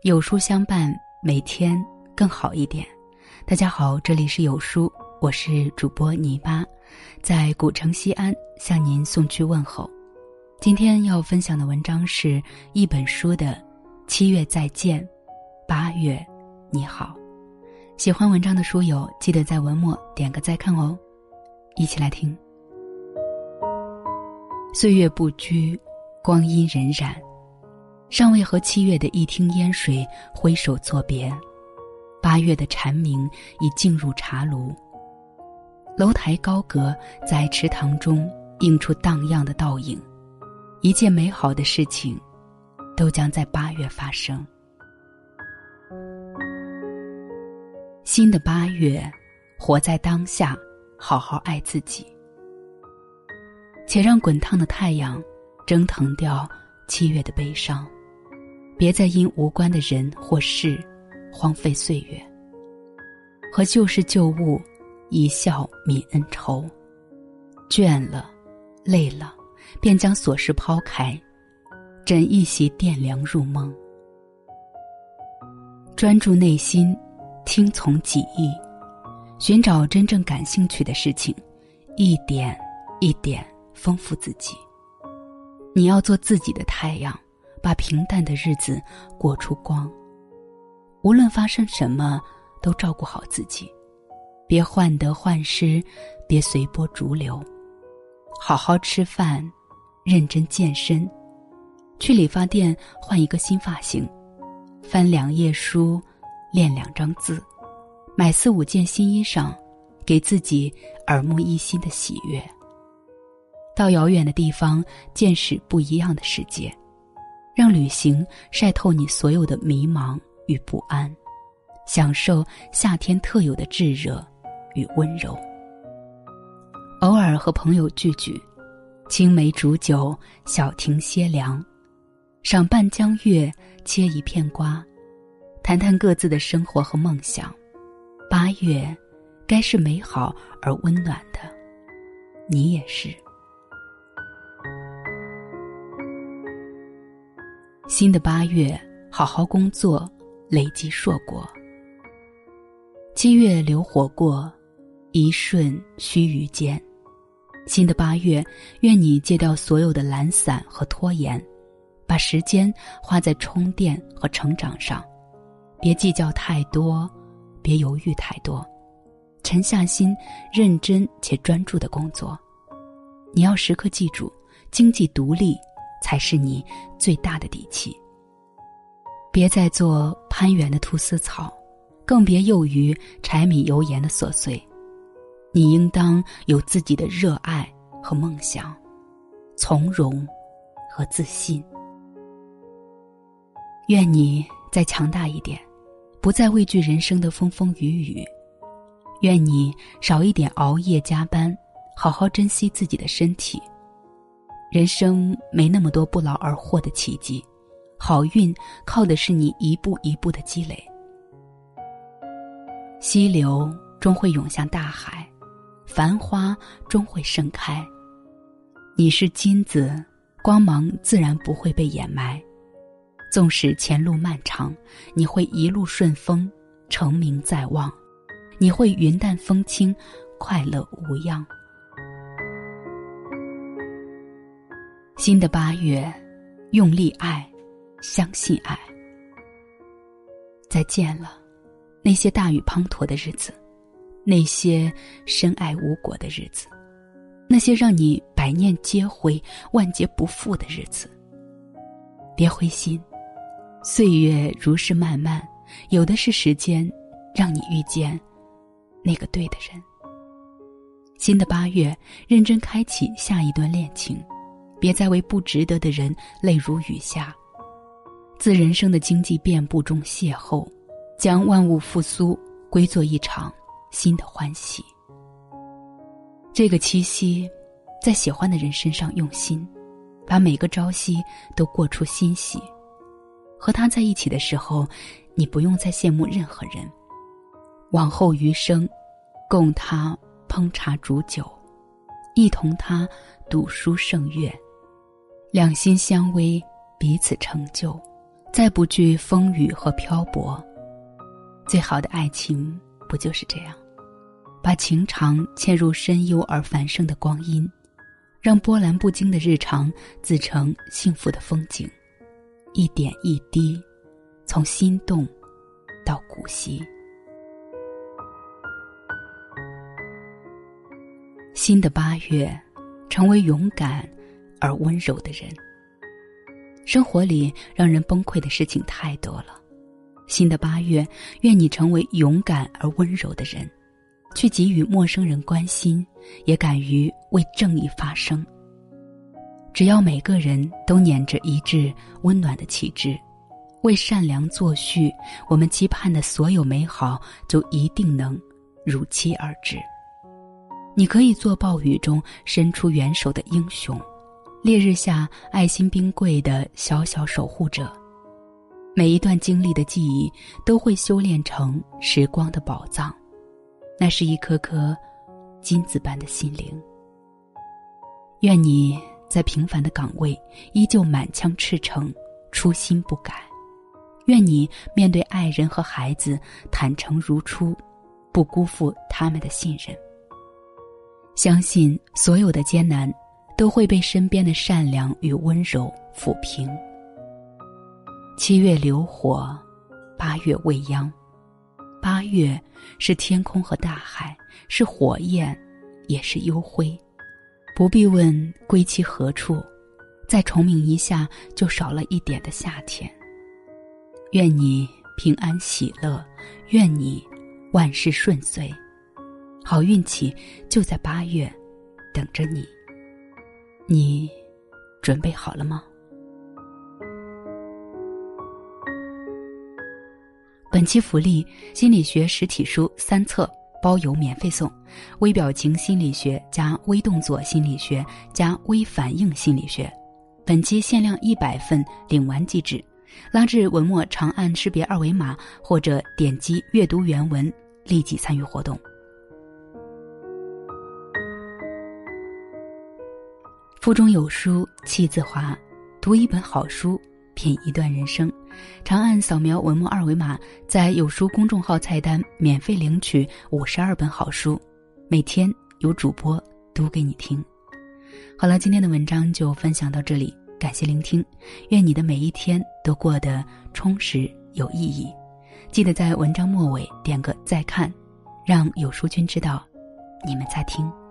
有书相伴，每天更好一点。大家好，这里是有书，我是主播泥巴，在古城西安向您送去问候。今天要分享的文章是一本书的7月再见，8月你好。喜欢文章的书友记得在文末点个再看哦。一起来听。岁月不居，光阴荏苒，尚未和7月的一听烟水挥手作别，8月的蝉鸣已进入茶炉。楼台高阁在池塘中映出荡漾的倒影，一切美好的事情都将在8月发生。新的8月，活在当下，好好爱自己。且让滚烫的太阳蒸腾掉7月的悲伤，别再因无关的人或事荒废岁月。和旧事旧物一笑泯恩仇，倦了累了便将琐事抛开，枕一袭钿凉入梦。专注内心，听从己意，寻找真正感兴趣的事情，一点一点丰富自己。你要做自己的太阳，把平淡的日子过出光。无论发生什么，都照顾好自己，别患得患失，别随波逐流。好好吃饭，认真健身，去理发店换一个新发型，翻2页书，练2张字，买4、5件新衣裳，给自己耳目一新的喜悦。到遥远的地方见识不一样的世界，让旅行晒透你所有的迷茫与不安，享受夏天特有的炙热与温柔。偶尔和朋友聚聚，青梅煮酒，小亭歇凉，赏半江月，切一片瓜，谈谈各自的生活和梦想。8月该是美好而温暖的，你也是。新的8月，好好工作，累积硕果。7月流火过，一瞬须臾间。新的8月，愿你戒掉所有的懒散和拖延，把时间花在充电和成长上。别计较太多，别犹豫太多，沉下心，认真且专注的工作。你要时刻记住，经济独立才是你最大的底气。别再做攀援的菟丝草，更别囿于柴米油盐的琐碎。你应当有自己的热爱和梦想，从容和自信。愿你再强大一点，不再畏惧人生的风风雨雨。愿你少一点熬夜加班，好好珍惜自己的身体。人生没那么多不劳而获的奇迹，好运靠的是你一步一步的积累。溪流终会涌向大海，繁花终会盛开。你是金子，光芒自然不会被掩埋。纵使前路漫长，你会一路顺风，成名在望。你会云淡风轻，快乐无恙。新的8月，用力爱，相信爱。再见了，那些大雨滂沱的日子，那些深爱无果的日子，那些让你百念皆灰万劫不复的日子。别灰心，岁月如是漫漫，有的是时间让你遇见那个对的人。新的8月，认真开启下一段恋情，别再为不值得的人泪如雨下。自人生的经济遍布中邂逅，将万物复苏归作一场新的欢喜。这个七夕，在喜欢的人身上用心，把每个朝夕都过出欣喜。和他在一起的时候，你不用再羡慕任何人。往后余生，共他烹茶煮酒，一同他读书圣乐，两心相偎，彼此成就， 再不惧风雨和漂泊。最好的爱情不就是这样，把情长嵌入深幽而繁盛的光阴，让波澜不惊的日常自成幸福的风景，一点一滴，从心动到骨息。新的8月，成为勇敢而温柔的人。生活里让人崩溃的事情太多了，新的8月，愿你成为勇敢而温柔的人，去给予陌生人关心，也敢于为正义发声。只要每个人都捻着一致温暖的旗帜，为善良作序，我们期盼的所有美好就一定能如期而至。你可以做暴雨中伸出援手的英雄，烈日下爱心冰柜的小小守护者。每一段经历的记忆都会修炼成时光的宝藏，那是一颗颗金子般的心灵。愿你在平凡的岗位依旧满腔赤诚，初心不改。愿你面对爱人和孩子坦诚如初，不辜负他们的信任。相信所有的艰难都会被身边的善良与温柔抚平。7月流火，8月未央。8月是天空和大海，是火焰，也是幽灰。不必问归期何处，再重明一下就少了一点的夏天。愿你平安喜乐，愿你万事顺遂。好运气就在8月等着你，你准备好了吗？本期福利：心理学实体书3册包邮免费送，微表情心理学加微动作心理学加微反应心理学。本期限量100份，领完即止。拉至文末长按识别2维码或者点击阅读原文，立即参与活动。腹中有书气自华，读一本好书，品一段人生。长按扫描文末2维码，在有书公众号菜单免费领取52本好书，每天有主播读给你听。好了，今天的文章就分享到这里，感谢聆听，愿你的每一天都过得充实有意义。记得在文章末尾点个再看，让有书君知道你们在听。